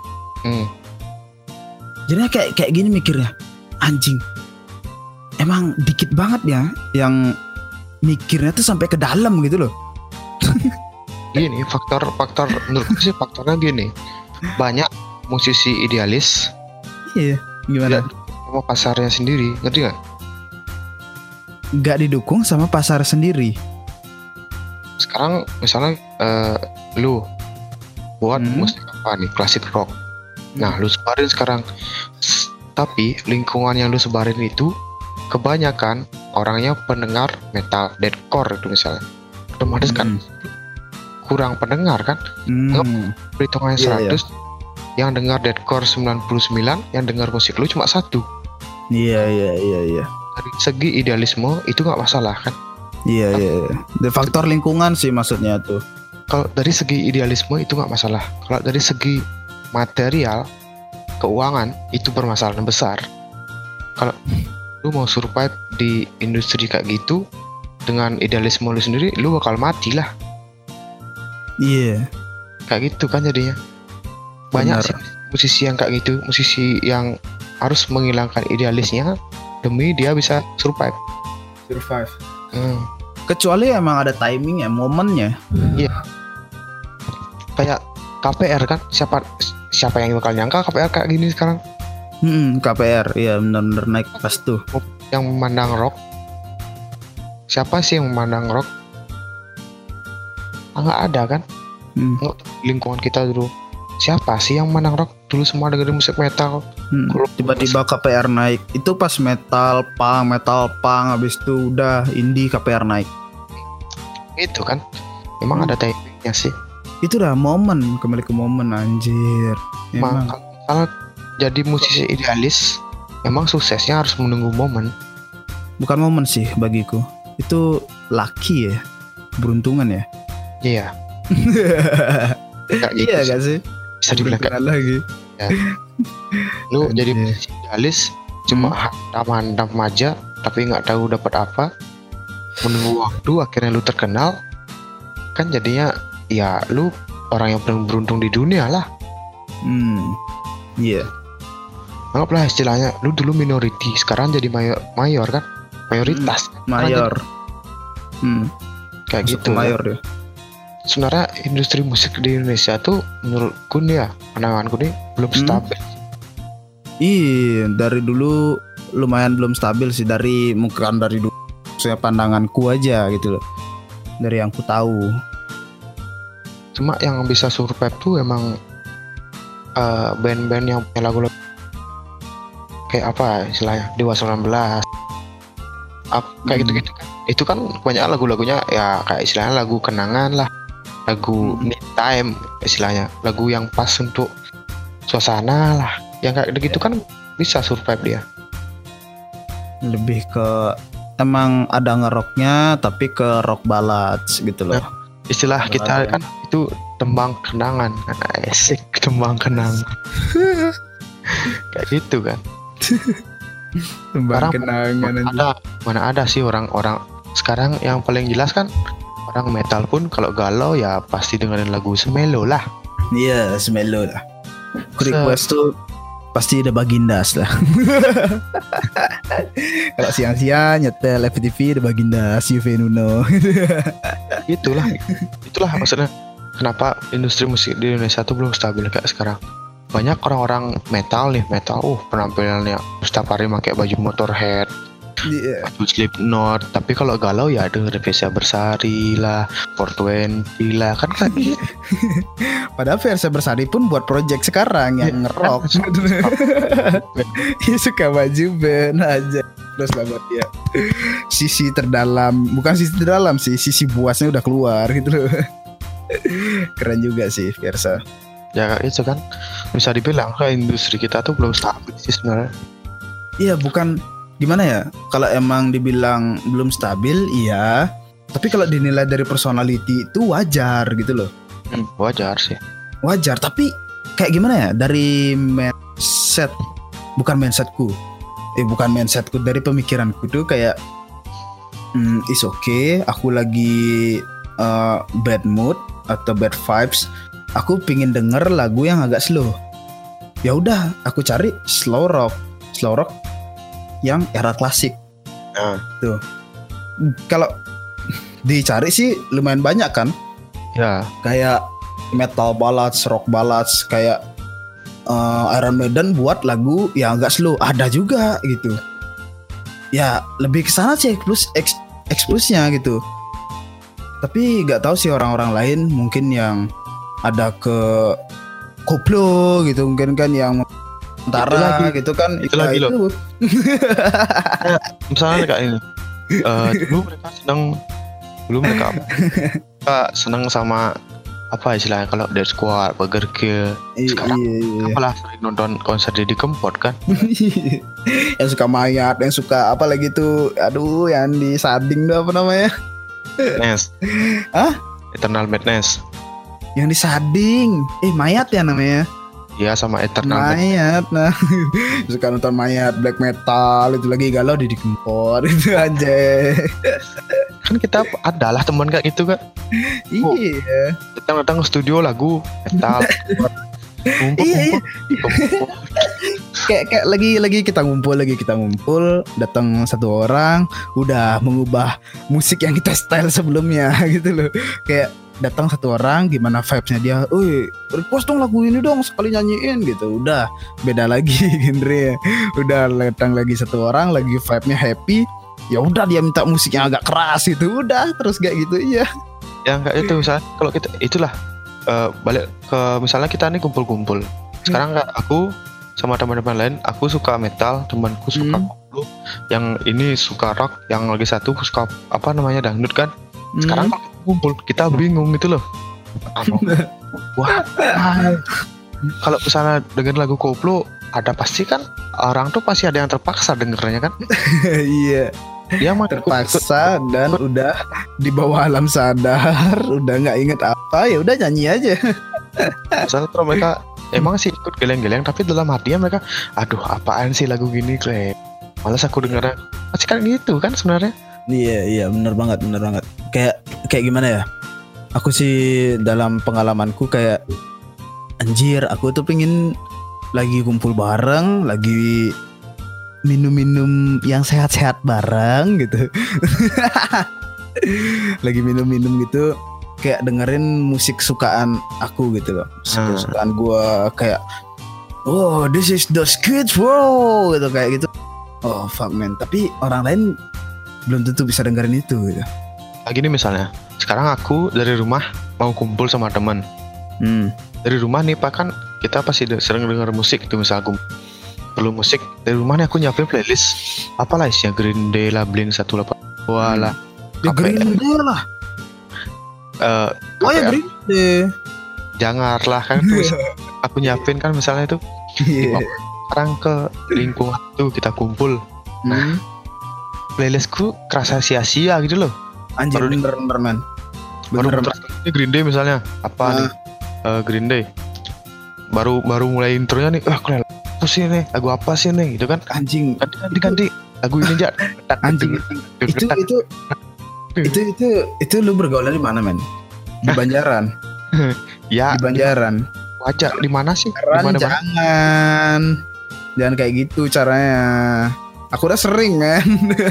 Jadinya kayak gini mikirnya, anjing, emang dikit banget ya yang mikirnya tuh sampai ke dalam gitu loh. Gini, faktor menurutku sih faktornya gini, banyak musisi idealis. Iya, gimana? Sama pasarnya sendiri, ngerti nggak? Nggak didukung sama pasar sendiri. Sekarang misalnya lu buat musik apa nih, klasik rock. Nah, lu sebarin sekarang. Tapi lingkungan yang lu sebarin itu kebanyakan orangnya pendengar metal, deathcore itu misalnya. Otomatis kan kurang pendengar kan? Perhitungannya 100, yang dengar deathcore 99, yang dengar musik lu cuma 1. Iya. Dari segi idealisme itu nggak masalah kan? Iya. Dari faktor lingkungan sih maksudnya tuh. Kalau dari segi idealisme itu nggak masalah. Kalau dari segi material, keuangan itu permasalahan besar. Kalau lu mau survive di industri kayak gitu dengan idealisme lu sendiri, lu bakal mati lah. Iya. Kayak gitu kan jadinya. Banyak sih musisi yang kayak gitu, musisi yang harus menghilangkan idealisnya demi dia bisa survive. Kecuali emang ada timing ya, momennya. Iya. Kayak KPR kan, siapa yang bakal nyangka KPR kayak gini sekarang? KPR, iya benar-benar naik pas tuh. Yang memandang rock, siapa sih yang memandang rock? Nggak ada kan? Lingkungan kita dulu, siapa sih yang memandang rock? Dulu semua dengerin musik metal. Tiba-tiba KPR naik, itu pas metal punk, habis itu udah indie KPR naik. Itu kan, emang ada timingnya sih. Itu dah momen, kembali ke momen anjir. Emang kalau jadi musisi idealis, emang suksesnya harus menunggu momen. Bukan momen sih bagiku, itu lucky ya, beruntungan ya. Iya. Iya gak sih? Bisa dibilang kayak lagi. Ya. Lu jadi musisi idealis cuma handam aja, tapi nggak tahu dapat apa. Menunggu waktu, akhirnya lu terkenal, kan jadinya ya lu orang yang paling beruntung di dunia lah. Iya. Anggaplah istilahnya lu dulu minority, sekarang jadi mayor kan, mayoritas. Mayor. Kayak masuk gitu. Mayor ya. Sebenarnya industri musik di Indonesia tuh menurutku nih ya, pandanganku nih belum stabil. Iya, dari dulu lumayan belum stabil sih, bukan dari dulu. Saya pandanganku aja gitu loh. Dari yang ku tahu. Cuma yang bisa survive tuh emang band-band yang punya lagu-lagu kayak apa istilahnya, Dewa 19 kayak gitu-gitu kan. Itu kan banyak lagu-lagunya ya kayak istilahnya lagu kenangan lah, lagu me time istilahnya, lagu yang pas untuk suasana lah, yang kayak gitu kan bisa survive dia. Lebih ke emang ada ngeroknya tapi ke rock ballads gitu loh. Istilah kita kan itu tembang kenangan, asik, tembang kenangan. Kayak gitu kan. Tembang kenangan. Mana ada sih orang-orang sekarang yang paling jelas kan, orang metal pun kalau galau ya pasti dengerin lagu semelo lah. Iya, semelo lah. Request tuh pasti ada Bagindas lah. Kalau siang-siang nyetel FTV ada Bagindas, Yuve Nuno. Itulah maksudnya kenapa industri musik di Indonesia tuh belum stabil kayak sekarang. Banyak orang-orang metal, penampilannya setiap hari pakai baju Motorhead, baju Slipknot, tapi kalau galau ya ada Versa Bersari lah, 420 lah, kan kayak gitu. Padahal Versa Bersari pun buat project sekarang yang ngerok. Dia suka baju band aja. Terus lah buat dia sisi terdalam, bukan sisi terdalam sih, sisi buasnya udah keluar gitu loh. Keren juga sih Versa. Ya itu kan bisa dibilang kayak industri kita tuh belum stabil sih sebenarnya. Iya, bukan gimana ya, kalau emang dibilang belum stabil iya, tapi kalau dinilai dari personality itu wajar gitu loh. Wajar sih, wajar, tapi kayak gimana ya, dari mindset, bukan mindsetku, dari pemikiranku tuh kayak is okay, aku lagi bad mood atau bad vibes, aku pingin denger lagu yang agak slow, ya udah aku cari slow rock yang era klasik. Tuh. Kalau dicari sih lumayan banyak kan? Ya. Kayak metal ballads, rock ballads, kayak Iron Maiden buat lagu yang agak slow, ada juga gitu. Ya lebih ke sana sih eksplusnya gitu. Tapi nggak tahu sih orang-orang lain, mungkin yang ada ke koplo gitu, mungkin kan yang antara gitu kan, itu lagi loh. Misalnya kayak ini, dulu mereka senang sama apa istilahnya, kalau Dead Squad, Burger Kill. Sekarang apalah sering nonton konser Deddy Kempot kan. Yang suka mayat, yang suka apa lagi tuh, aduh yang di Sading tuh apa namanya? Madness. Hah? Eternal Madness. Yang di Sading, mayat ya namanya. Iya, sama Eternal Mayat. Nah, suka nonton mayat, black metal, itu lagi galau di Kempot itu aja. Kan kita adalah teman kayak gitu kan. Iya. Datang studio lagu metal. Iya. Kayak lagi kita ngumpul, datang satu orang udah mengubah musik yang kita style sebelumnya gitu loh. Kayak datang satu orang, gimana vibes-nya dia, request dong lagu ini dong, sekali nyanyiin gitu. Udah beda lagi genre. Udah datang lagi satu orang, lagi vibe-nya happy, ya udah dia minta musik yang agak keras itu, udah terus kayak gitu. Iya. Yang kayak itu misalnya kalau kita itulah balik ke misalnya kita nih kumpul-kumpul. Sekarang aku sama teman-teman lain, aku suka metal, temanku suka koplo, yang ini suka rock, yang lagi satu suka apa namanya dangdut kan. Sekarang kumpul kita bingung gitu loh. Wah, kalau misalnya dengan lagu koplo, ada pasti kan orang tuh pasti ada yang terpaksa dengernya kan. Iya. Dia mah terpaksa dan udah di bawah alam sadar, udah nggak inget apa, ya udah nyanyi aja. Misalnya terus mereka emang sih ikut geleng-geleng, tapi dalam hatinya mereka, aduh apaan sih lagu gini, malas aku dengernya. Pasti kan gitu kan sebenarnya. Iya benar banget. Kayak gimana ya? Aku sih dalam pengalamanku kayak anjir, aku tuh pengen lagi kumpul bareng, lagi minum-minum yang sehat-sehat bareng gitu. Lagi minum-minum gitu, kayak dengerin musik sukaan aku gitu loh. Sukaan gue kayak, oh this is the skits bro gitu, kayak gitu. Oh fuck man, tapi orang lain belum tentu bisa dengerin itu gitu. Gini misalnya, sekarang aku dari rumah mau kumpul sama teman. Dari rumah nih Pak, kan kita pasti sering denger musik itu, misalnya aku perlu musik dari rumah nih, aku nyiapin playlist apalah isinya, Green Day lah, Blink-182 lah. Ya Green Day lah. Ya Green Day. Jangan lah kan tuh. Aku nyiapin kan misalnya itu. Sekarang ke lingkungan tuh kita kumpul. Nah, playlistku kerasa sia-sia gitu loh. Anjir, bener man. Baru ini Green Day misalnya, apa nih? Green Day. Baru mulai intronya nih, keren. Apa sih nih? Lagu apa sih nih? Gitu kan? Anjing. Ganti. Lagu ini aja. Anjing. Itu lu bergaul di mana men? Di Banjaran. Ya. Di Banjaran. Wajar di mana sih? Jangan. Jangan kayak gitu caranya. Aku udah sering kan.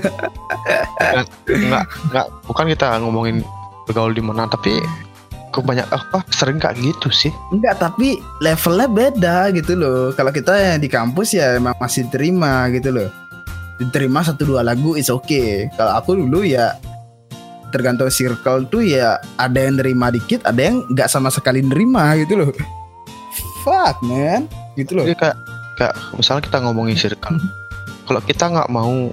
Enggak, bukan kita ngomongin bergaul di mana, tapi sering kayak gitu sih. Enggak, tapi levelnya beda gitu loh. Kalau kita yang di kampus ya emang masih terima gitu loh. Diterima 1-2 lagu is okay. Kalau aku dulu ya tergantung circle tuh ya, ada yang nerima dikit, ada yang nggak sama sekali nerima gitu loh. Fuck man, gitu loh. Jadi kayak misalnya kita ngomongin circle. Kalau kita nggak mau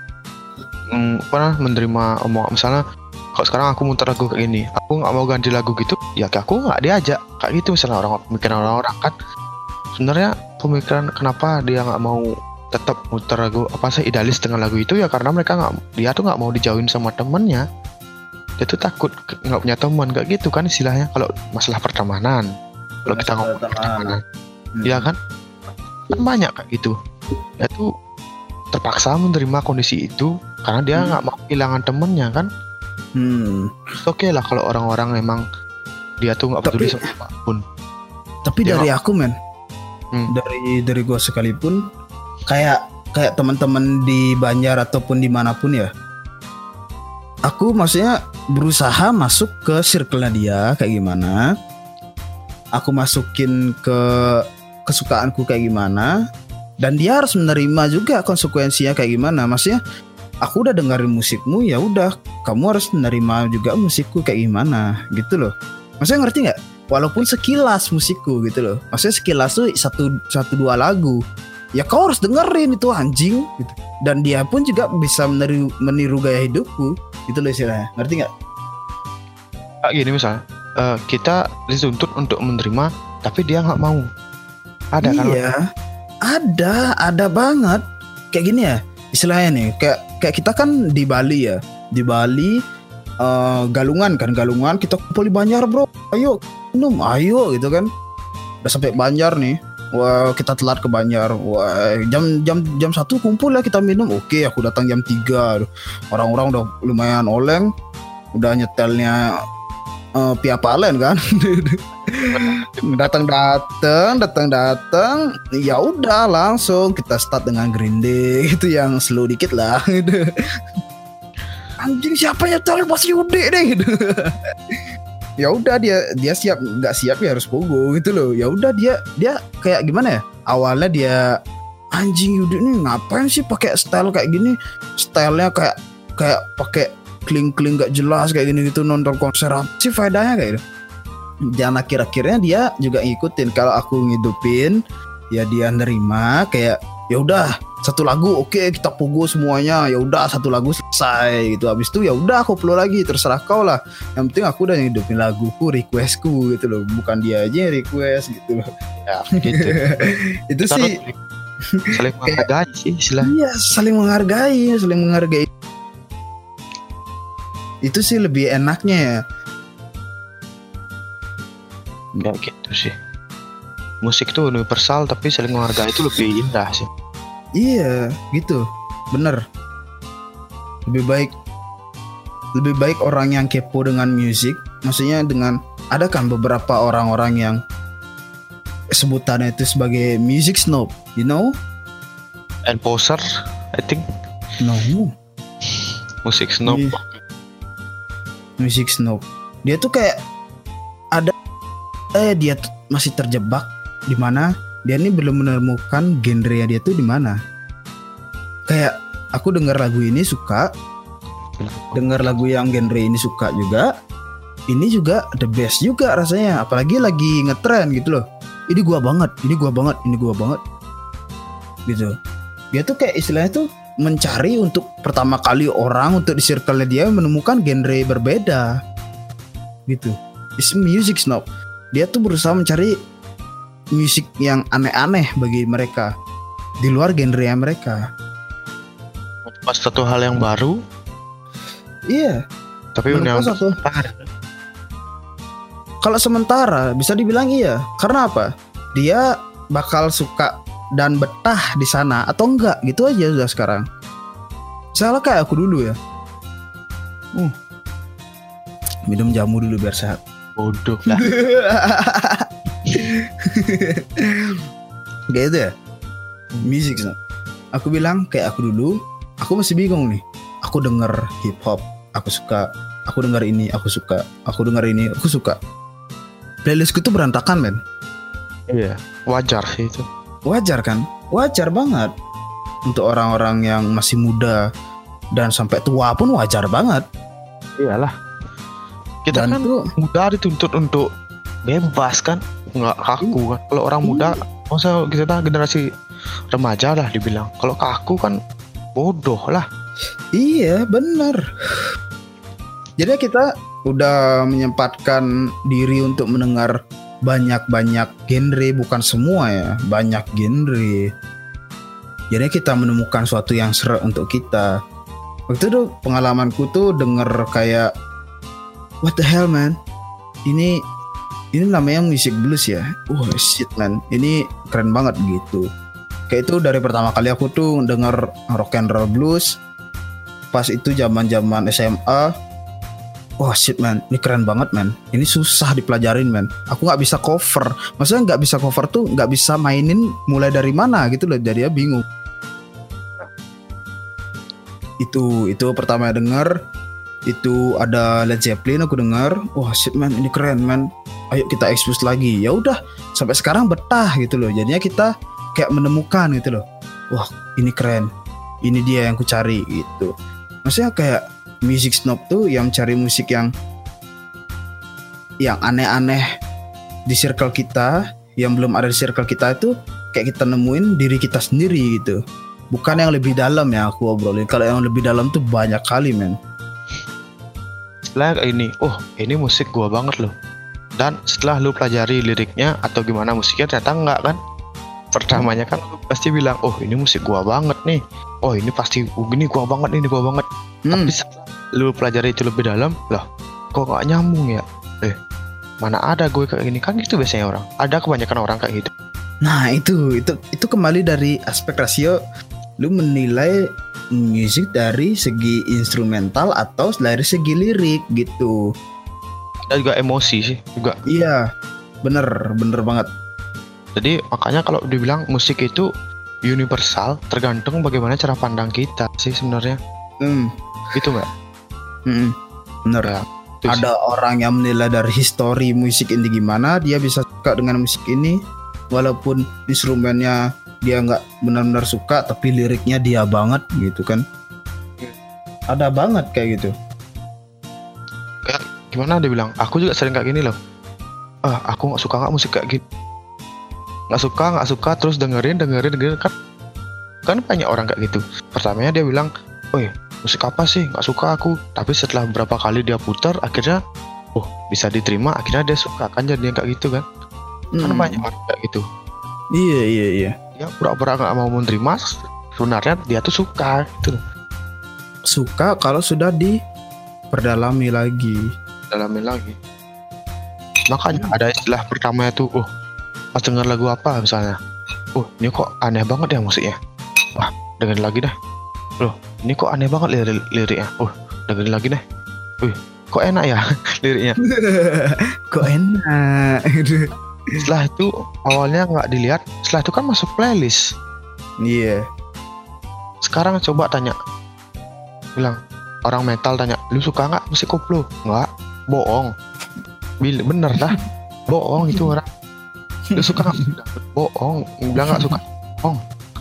menerima omong, misalnya kalau sekarang aku muter lagu kayak gini, aku nggak mau ganti lagu gitu, ya aku nggak diajak kayak gitu. Misalnya pemikiran orang-orang kan, sebenarnya pemikiran kenapa dia nggak mau tetap muter lagu idealis dengan lagu itu ya karena dia tuh nggak mau dijauhin sama temennya. Dia tuh takut nggak punya teman kayak gitu kan istilahnya. Kalau masalah pertemanan, kalau kita ngomong pertemanan, ya kan banyak kayak gitu. Dia tuh terpaksa menerima kondisi itu karena dia nggak mau kehilangan temennya kan. Oke lah kalau orang-orang memang dia tuh nggak peduli sama apapun. Tapi dia dari aku men, dari gua sekalipun, kayak teman-teman di Banjar ataupun dimanapun ya, aku maksudnya berusaha masuk ke circle-nya dia kayak gimana, aku masukin ke kesukaanku kayak gimana, dan dia harus menerima juga konsekuensinya kayak gimana. Maksudnya aku udah dengerin musikmu, ya udah kamu harus menerima juga musikku kayak gimana gitu loh. Maksudnya ngerti nggak? Walaupun sekilas musikku gitu loh, maksudnya sekilas tuh 1-2 lagu, ya kau harus dengerin itu anjing gitu. Dan dia pun juga bisa meniru gaya hidupku gitu loh istilahnya. Ngerti nggak? Gini misalnya kita dituntut untuk menerima tapi dia nggak mau. Ada kan? Iya, ada banget kayak gini ya istilahnya nih. Kayak kita kan di Bali ya, di Bali galungan kita kumpul di Banjar bro, ayo minum ayo gitu kan. Udah sampai Banjar nih, wah kita telat ke Banjar, wah jam 1 kumpul ya kita minum. Oke, aku datang jam 3, orang-orang udah lumayan oleng, udah nyetelnya Pia Palen kan. datang ya udah langsung kita start dengan Green Day itu yang slow dikit lah gitu. Anjing siapa nyetel pasti Ude deh gitu. Ya udah dia siap nggak siap ya harus pogo gitu loh. Ya udah dia kayak gimana ya, awalnya dia anjing Yude nih ngapain sih pakai style kayak gini, stylenya kayak pakai kling gak jelas kayak gini gitu, nonton konser apa sih faedahnya kayak gitu. Dan akhir-akhirnya dia juga ngikutin kalau aku ngidupin, ya dia nerima kayak ya udah 1 lagu oke, kita pogo semuanya, ya udah 1 lagu selesai gitu. Habis itu ya udah aku upload lagi, terserah kau lah, yang penting aku udah ngidupin laguku, requestku gitu loh, bukan dia aja yang request gitu loh ya gitu. Itu kita sih saling menghargai sih istilahnya. Iya, saling menghargai itu sih lebih enaknya ya. Enggak gitu sih, musik tuh universal tapi saling menghargai itu lebih indah sih. Iya gitu, bener. Lebih baik orang yang kepo dengan musik, maksudnya dengan, ada kan beberapa orang-orang yang sebutannya itu sebagai music snob, you know? And poser, I think. No. Musik snob. Music snob. Dia tuh kayak ada dia tuh masih terjebak di mana dia ini belum menemukan genre dia tuh di mana. Kayak aku dengar lagu ini suka, dengar lagu yang genre ini suka juga, ini juga the best juga rasanya, apalagi lagi ngetren gitu loh. Ini gua banget gitu. Dia tuh kayak istilahnya tuh mencari untuk pertama kali orang untuk di circle dia menemukan genre berbeda gitu. It's music snob. Dia tuh berusaha mencari musik yang aneh-aneh bagi mereka di luar genre mereka. Pas satu hal yang baru. Iya. Tapi kalau sementara bisa dibilang iya. Karena apa? Dia bakal suka dan betah di sana atau enggak gitu aja udah sekarang. Salah kayak aku dulu ya. Minum jamu dulu biar sehat. Bodoh lah. Gitu ya. Music snob. Aku bilang kayak aku dulu, aku masih bingung nih. Aku denger hip hop, aku suka. Aku denger ini, aku suka. Aku denger ini, aku suka. Playlistku tuh berantakan, men. Iya, wajar sih itu. Wajar kan? Wajar banget. Untuk orang-orang yang masih muda dan sampai tua pun wajar banget. Iyalah. Kita Dan kan tuh, muda dituntut untuk bebas kan, nggak kaku kan. Kalau orang muda, masa kita generasi remaja lah dibilang. Kalau kaku kan bodoh lah. iya bener. Jadi kita udah menyempatkan diri untuk mendengar banyak-banyak genre, bukan semua ya, banyak genre. Jadi kita menemukan suatu yang seru untuk kita. Waktu itu pengalamanku tuh denger kayak what the hell man, ini namanya musik blues ya. Shit man, ini keren banget gitu. Kayak itu dari pertama kali aku tuh denger rock and roll blues. Pas itu zaman-zaman SMA. Shit man, ini keren banget man. Ini susah dipelajarin man. Aku nggak bisa cover. Maksudnya nggak bisa cover tuh nggak bisa mainin mulai dari mana gitu loh. Jadi ya bingung. Itu pertama denger. Itu ada Led Zeppelin aku denger. Shit man, ini keren man. Ayo kita expose lagi. Ya udah, sampai sekarang betah gitu loh. Jadinya kita kayak menemukan gitu loh. Wah, ini keren. Ini dia yang ku cari gitu. Maksudnya kayak music snob tuh yang cari musik yang aneh-aneh di circle kita, yang belum ada di circle kita itu kayak kita nemuin diri kita sendiri gitu. Bukan yang lebih dalam ya aku obrolin. Kalau yang lebih dalam tuh banyak kali men. Setelah ini musik gua banget loh. Dan setelah lu pelajari liriknya atau gimana musiknya, ternyata enggak kan. Pertamanya kan lu pasti bilang, ini musik gua banget nih. Ini pasti gini gua banget, ini gua banget. Tapi setelah lu pelajari itu lebih dalam, loh kok gak nyambung ya? Mana ada gue kayak gini, kan gitu biasanya orang. Ada kebanyakan orang kayak gitu. Nah itu kembali dari aspek rasio. Lu menilai musik dari segi instrumental atau dari segi lirik gitu. Ada juga emosi sih juga. Iya, bener banget. Jadi makanya kalau dibilang musik itu universal, tergantung bagaimana cara pandang kita sih sebenarnya. Gitu nggak? Bener. Ya, ada orang yang menilai dari histori musik ini gimana, dia bisa suka dengan musik ini, walaupun instrumennya dia nggak benar-benar suka, tapi liriknya dia banget gitu kan. Ada banget kayak gitu. Kayak gimana dia bilang? Aku juga sering kayak gini loh. Aku nggak suka musik kayak gini. Nggak suka, terus dengerin kan banyak orang kayak gitu. Pertamanya dia bilang, musik apa sih, nggak suka aku. Tapi setelah beberapa kali dia putar, akhirnya bisa diterima, akhirnya dia suka kan, jadinya kayak gitu kan. Kan banyak orang kayak gitu. Iya. Dia pura-pura nggak mau menerima, sebenarnya dia tuh suka gitu. Suka kalau sudah diperdalami lagi. Makanya ada istilah pertama itu, pas denger lagu apa misalnya, ini kok aneh banget ya musiknya. Wah, dengerin lagi deh. Loh, ini kok aneh banget liriknya. Dengerin lagi deh. Kok enak ya liriknya. Kok enak. Setelah itu awalnya nggak dilihat, setelah itu kan masuk playlist. Iya. Sekarang coba tanya, bilang orang metal tanya, lu suka nggak musik koplo? Nggak, bohong. Bener dah, bohong itu orang. Lu suka nggak? Bohong, bilang nggak suka. Bohong.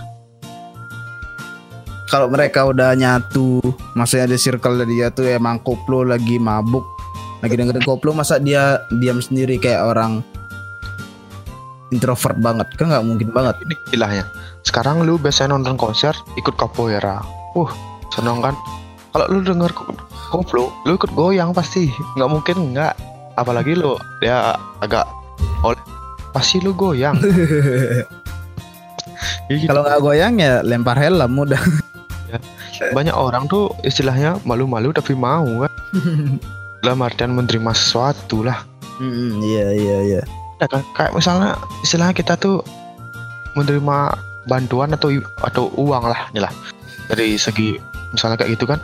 Kalau mereka udah nyatu, maksudnya di circle dia tuh emang koplo lagi mabuk, lagi dengerin koplo, masa dia diam sendiri kayak orang introvert banget? Kan nggak mungkin banget. Ini istilahnya. Sekarang lu biasanya nonton konser ikut capoeira. Seneng kan? Kalau lu denger koplo, lu ikut goyang pasti. Nggak mungkin nggak. Apalagi lu dia agak pasti lu goyang. Gitu. Kalau nggak goyang ya lempar helm udah. Ya. Banyak orang tuh istilahnya malu-malu tapi mau kan. Dalam artian menerima sesuatu lah. Iya. Ya kan, kayak misalnya istilahnya kita tuh menerima bantuan atau uang lah, inilah dari segi misalnya kayak gitu kan.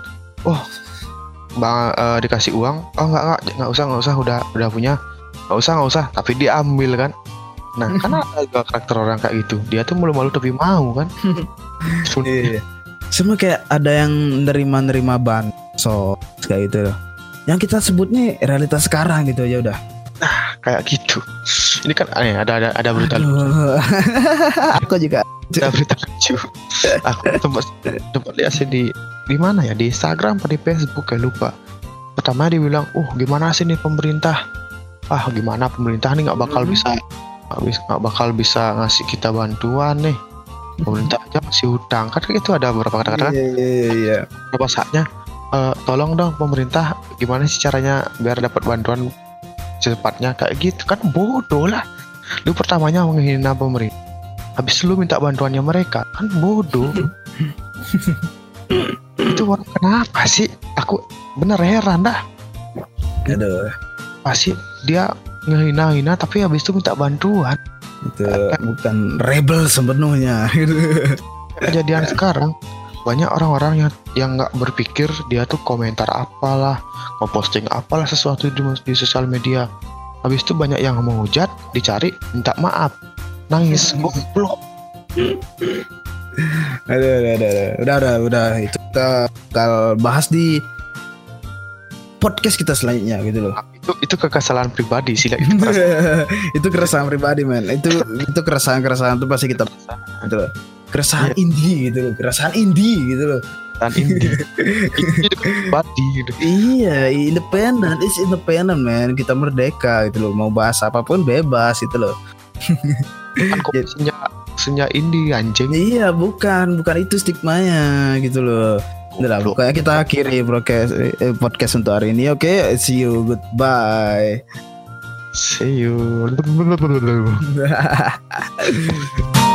Dikasih uang, nggak usah udah punya, nggak usah tapi diambil kan. Nah, karena ada juga karakter orang kayak gitu. Dia tuh malu-malu tapi mau kan. Iya. Semua kayak ada yang nerima bansos kayak gitu loh. Yang kita sebutnya realitas sekarang gitu aja udah. Nah, kayak gitu. Ini kan aneh, ada berita lucu. Aku juga. Ada berita lucu. Aku sempat lihat sih di mana ya, di Instagram atau di Facebook, kayak lupa. Pertama dia bilang, gimana sih nih pemerintah? Gimana pemerintah nih nggak bakal bisa ngasih kita bantuan nih. Pemerintah aja masih hutang. Kan itu ada beberapa kata-kata. Iya. Beberapa saatnya, tolong dong pemerintah, gimana sih caranya biar dapat bantuan secepatnya, kayak gitu kan. Bodoh lah. Lu pertamanya menghina pemerintah, habis lu minta bantuannya mereka, kan bodoh. Itu orang kenapa sih? Aku bener heran dah. Aduh. Pasti dia ngehina-hina tapi habis itu minta bantuan. Itu bukan rebel sepenuhnya. Kejadian sekarang banyak orang-orang yang nggak berpikir, dia tuh komentar apalah, ngeposting apalah sesuatu di sosial media. Habis itu banyak yang menghujat, dicari, minta maaf, nangis, goblok. Udah itu kita bakal bahas di podcast kita selanjutnya gitu loh. Itu kekesalan pribadi sih. Itu keresahan pribadi, men. Itu keresahan tuh pasti kita gitu loh. Keresahan indie gitu loh. Keresahan indie gitu loh. Dan indie itu pribadi gitu. Iya, independent, man. Kita merdeka gitu loh. Mau bahas apapun bebas gitu loh. Kan kok senja indie anjing. Iya, bukan itu stigmanya gitu loh. Udah lah, pokoknya kita akhiri podcast untuk hari ini. Oke, see you, goodbye. See you.